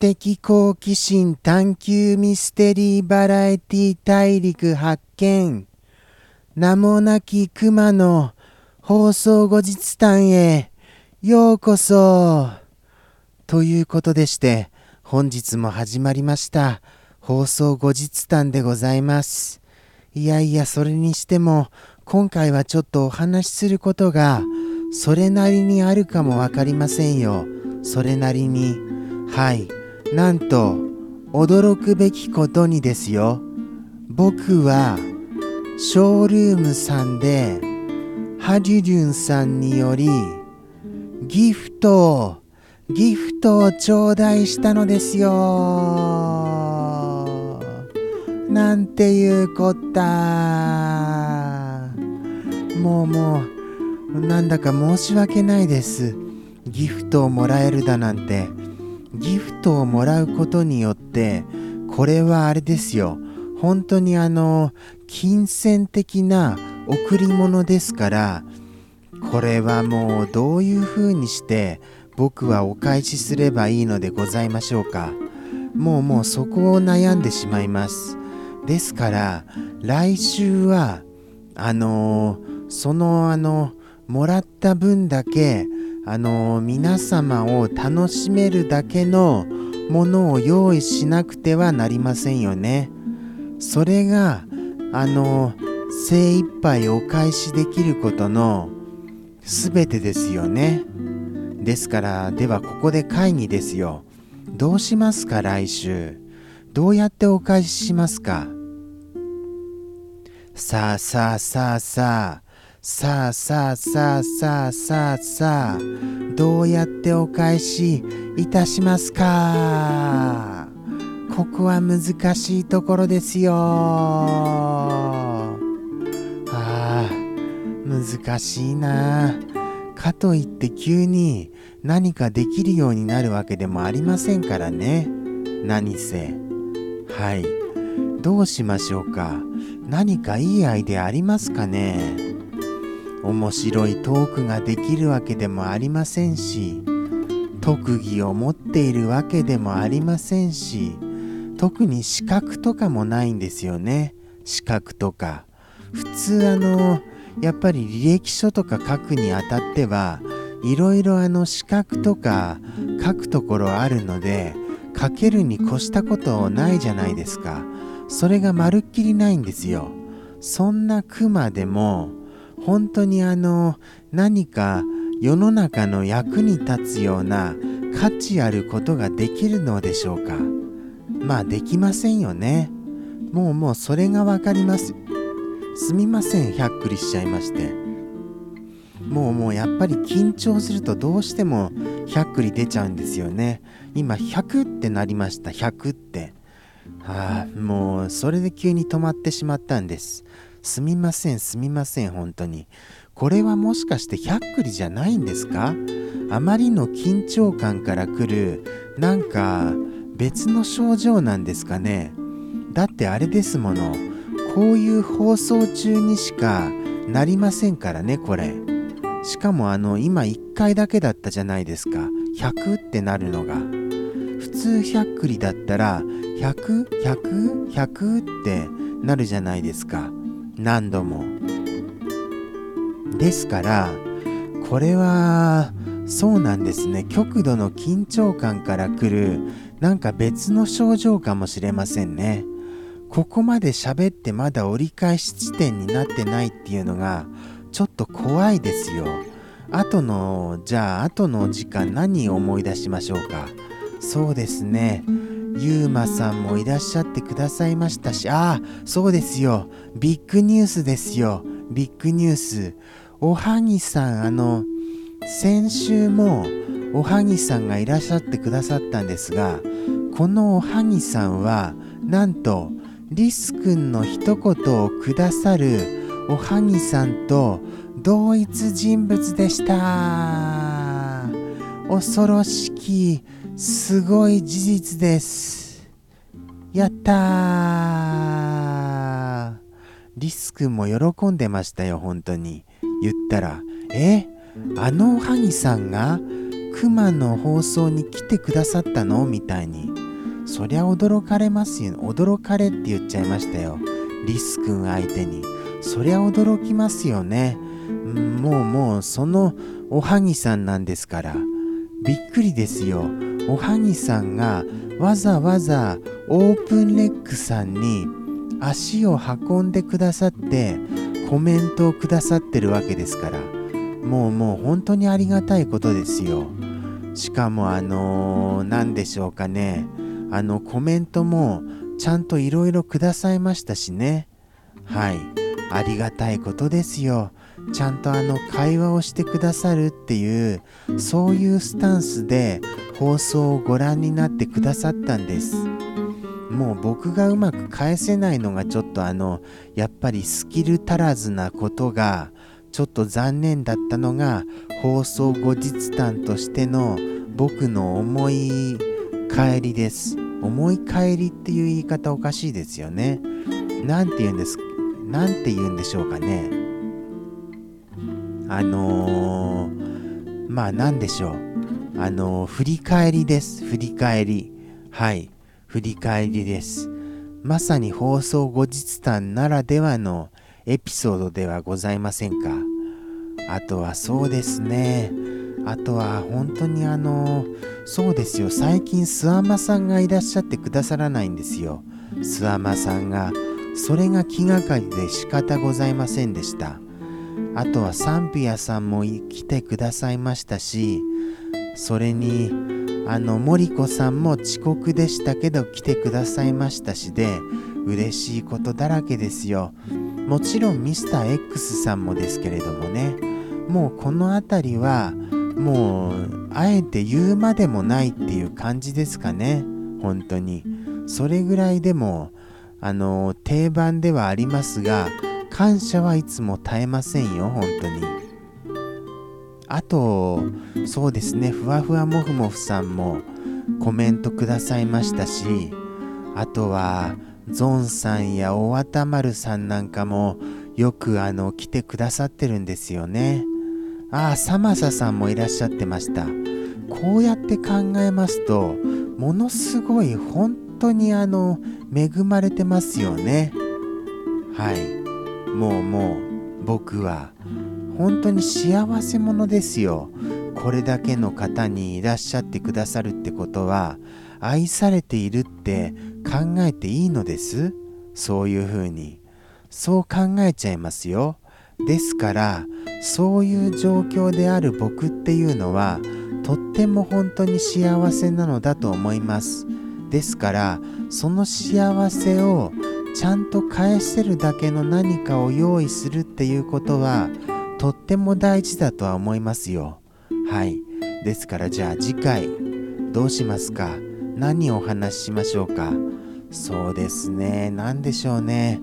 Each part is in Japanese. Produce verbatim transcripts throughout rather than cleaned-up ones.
的好奇心探求ミステリーバラエティ大陸発見。名もなき熊の放送後日談へようこそ。ということでして、本日も始まりました放送後日談でございます。いやいや、それにしても今回はちょっとお話しすることがそれなりにあるかもわかりませんよ。それなりに。はい。なんと驚くべきことにですよ。僕はショールームさんでハジュジュンさんによりギフトをギフトを頂戴したのですよ。なんていうこった。もうもうなんだか申し訳ないです。ギフトをもらえるだなんて。ギフトをもらうことによってこれはあれですよ。本当にあの金銭的な贈り物ですから、これはもうどういう風にして僕はお返しすればいいのでございましょうか。もうもうそこを悩んでしまいます。ですから来週はあのー、そのあのもらった分だけあのー、皆様を楽しめるだけのものを用意しなくてはなりませんよね。それがあのー、精一杯お返しできることのすべてですよね。ですからではここで会議ですよ。どうしますか来週。どうやってお返ししますか。さあさあさあさあさあさあさあさあさあさあどうやってお返しいたしますか。ここは難しいところですよ。ああ、難しいな。かといって急に何かできるようになるわけでもありませんからね。何せ。はい。どうしましょうか。何かいいアイデアありますかね。面白いトークができるわけでもありませんし、特技を持っているわけでもありませんし、特に資格とかもないんですよね。資格とか普通あのやっぱり履歴書とか書くにあたってはいろいろあの資格とか書くところあるので、書けるに越したことないじゃないですか。それがまるっきりないんですよ。そんなクマでも本当にあの何か世の中の役に立つような価値あることができるのでしょうか。まあできませんよね。もうもうそれがわかります。すみません、ひゃっくりしちゃいまして。もうもうやっぱり緊張するとどうしてもひゃっくり出ちゃうんですよね。今ひゃくってなりました。ひゃくって。はあ、もうそれで急に止まってしまったんです。すみませんすみません本当に。これはもしかしてひゃっくりじゃないんですか。あまりの緊張感からくるなんか別の症状なんですかね。だってあれですもの、こういう放送中にしかなりませんからねこれ。しかもあの今いっかいだけだったじゃないですか。ひゃくってなるのが。普通ひゃっくりだったらひゃく、ひゃく、ひゃくってなるじゃないですか。何度も。ですからこれはそうなんですね。極度の緊張感からくるなんか別の症状かもしれませんね。ここまで喋ってまだ折り返し地点になってないっていうのがちょっと怖いですよ。後のじゃあ後の時間何を思い出しましょうか。そうですね、ゆうまさんもいらっしゃってくださいましたし、ああそうですよ、ビッグニュースですよ。ビッグニュース。おはぎさん、あの先週もおはぎさんがいらっしゃってくださったんですが、このおはぎさんはなんとリスくんの一言をくださるおはぎさんと同一人物でした。恐ろしきすごい事実です。やったー。リスくんも喜んでましたよ本当に。言ったら、えあのおはぎさんがクマの放送に来てくださったのみたいに、そりゃ驚かれますよ。驚かれって言っちゃいましたよ。リス君相手に。そりゃ驚きますよね。もうもうそのおはぎさんなんですから。びっくりですよ。おはぎさんがわざわざオープンレックさんに足を運んでくださってコメントをくださってるわけですから、もうもう本当にありがたいことですよ。しかもあのー、何でしょうかね、あのコメントもちゃんといろいろくださいましたしね。はい、ありがたいことですよ。ちゃんとあの会話をしてくださるっていう、そういうスタンスで放送をご覧になってくださったんです。もう僕がうまく返せないのがちょっとあのやっぱりスキル足らずなことがちょっと残念だったのが、放送後日談としての僕の思い帰りです。思い帰りっていう言い方おかしいですよね。なんて言うんですなんて言うんでしょうかね。あのー、まあなんでしょう。あのー、振り返りです。振り返り。はい。振り返りです。まさに放送後日談ならではのエピソードではございませんか。あとはそうですね。あとは本当にあのそうですよ。最近スワマさんがいらっしゃってくださらないんですよ。スワマさんが。それが気がかりで仕方ございませんでした。あとはサンピアさんも来てくださいましたし、それにあの森子さんも遅刻でしたけど来てくださいましたしで、嬉しいことだらけですよ。もちろんミスター X さんもですけれどもね、もうこのあたりはもうあえて言うまでもないっていう感じですかね。本当にそれぐらいでもあの定番ではありますが、感謝はいつも絶えませんよ。本当に。あとそうですね、ふわふわもふもふさんもコメントくださいましたし、あとはゾンさんや大和田丸さんなんかもよくあの来てくださってるんですよね。ああ、サマサさんもいらっしゃってました。こうやって考えますと、ものすごい本当にあの恵まれてますよね。はい、もうもう僕は本当に幸せ者ですよ。これだけの方にいらっしゃってくださるってことは、愛されているって考えていいのです。そういうふうにそう考えちゃいますよ。ですからそういう状況である僕っていうのはとっても本当に幸せなのだと思います。ですからその幸せをちゃんと返せるだけの何かを用意するっていうことはとっても大事だとは思いますよ。はい。ですからじゃあ次回どうしますか。何をお話ししましょうか。そうですね、何でしょうね。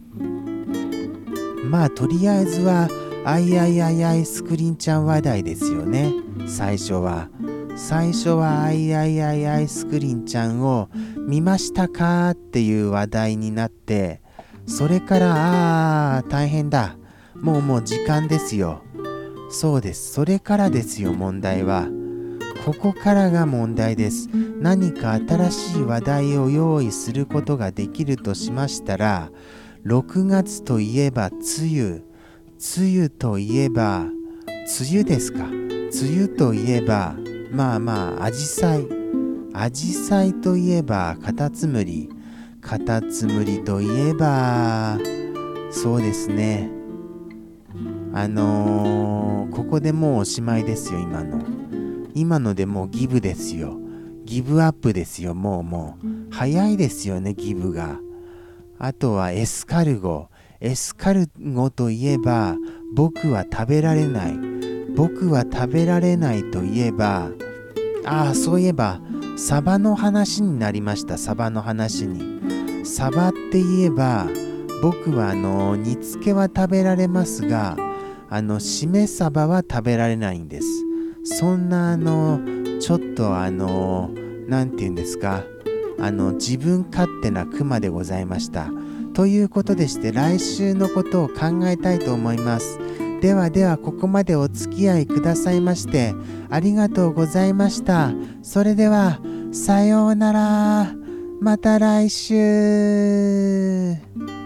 まあとりあえずはあいあいあいあいスクリーンちゃん話題ですよね。最初は最初はあいあいあいあいスクリーンちゃんを見ましたかっていう話題になって、それからあー大変だ、もうもう時間ですよ。そうです、それからですよ。問題はここからが問題です。何か新しい話題を用意することができるとしましたら、ろくがつといえば梅雨、梅雨といえば梅雨ですか。梅雨といえばまあまあアジサイ、アジサイといえばカタツムリ、カタツムリといえばそうですね、あのー、ここでもうおしまいですよ。今の今のでもうギブですよ。ギブアップですよ。もうもう早いですよね、ギブが。あとはエスカルゴ、エスカルゴといえば僕は食べられない、僕は食べられないといえば、ああそういえばサバの話になりました。サバの話に、サバって言えば僕はあの煮付けは食べられますが、あのしめサバは食べられないんです。そんなあのちょっとあのなんて言うんですか、あの自分勝手なクマでございました。ということでして、来週のことを考えたいと思います。でではではここまでお付き合いくださいましてありがとうございました。それではさようなら。また来週。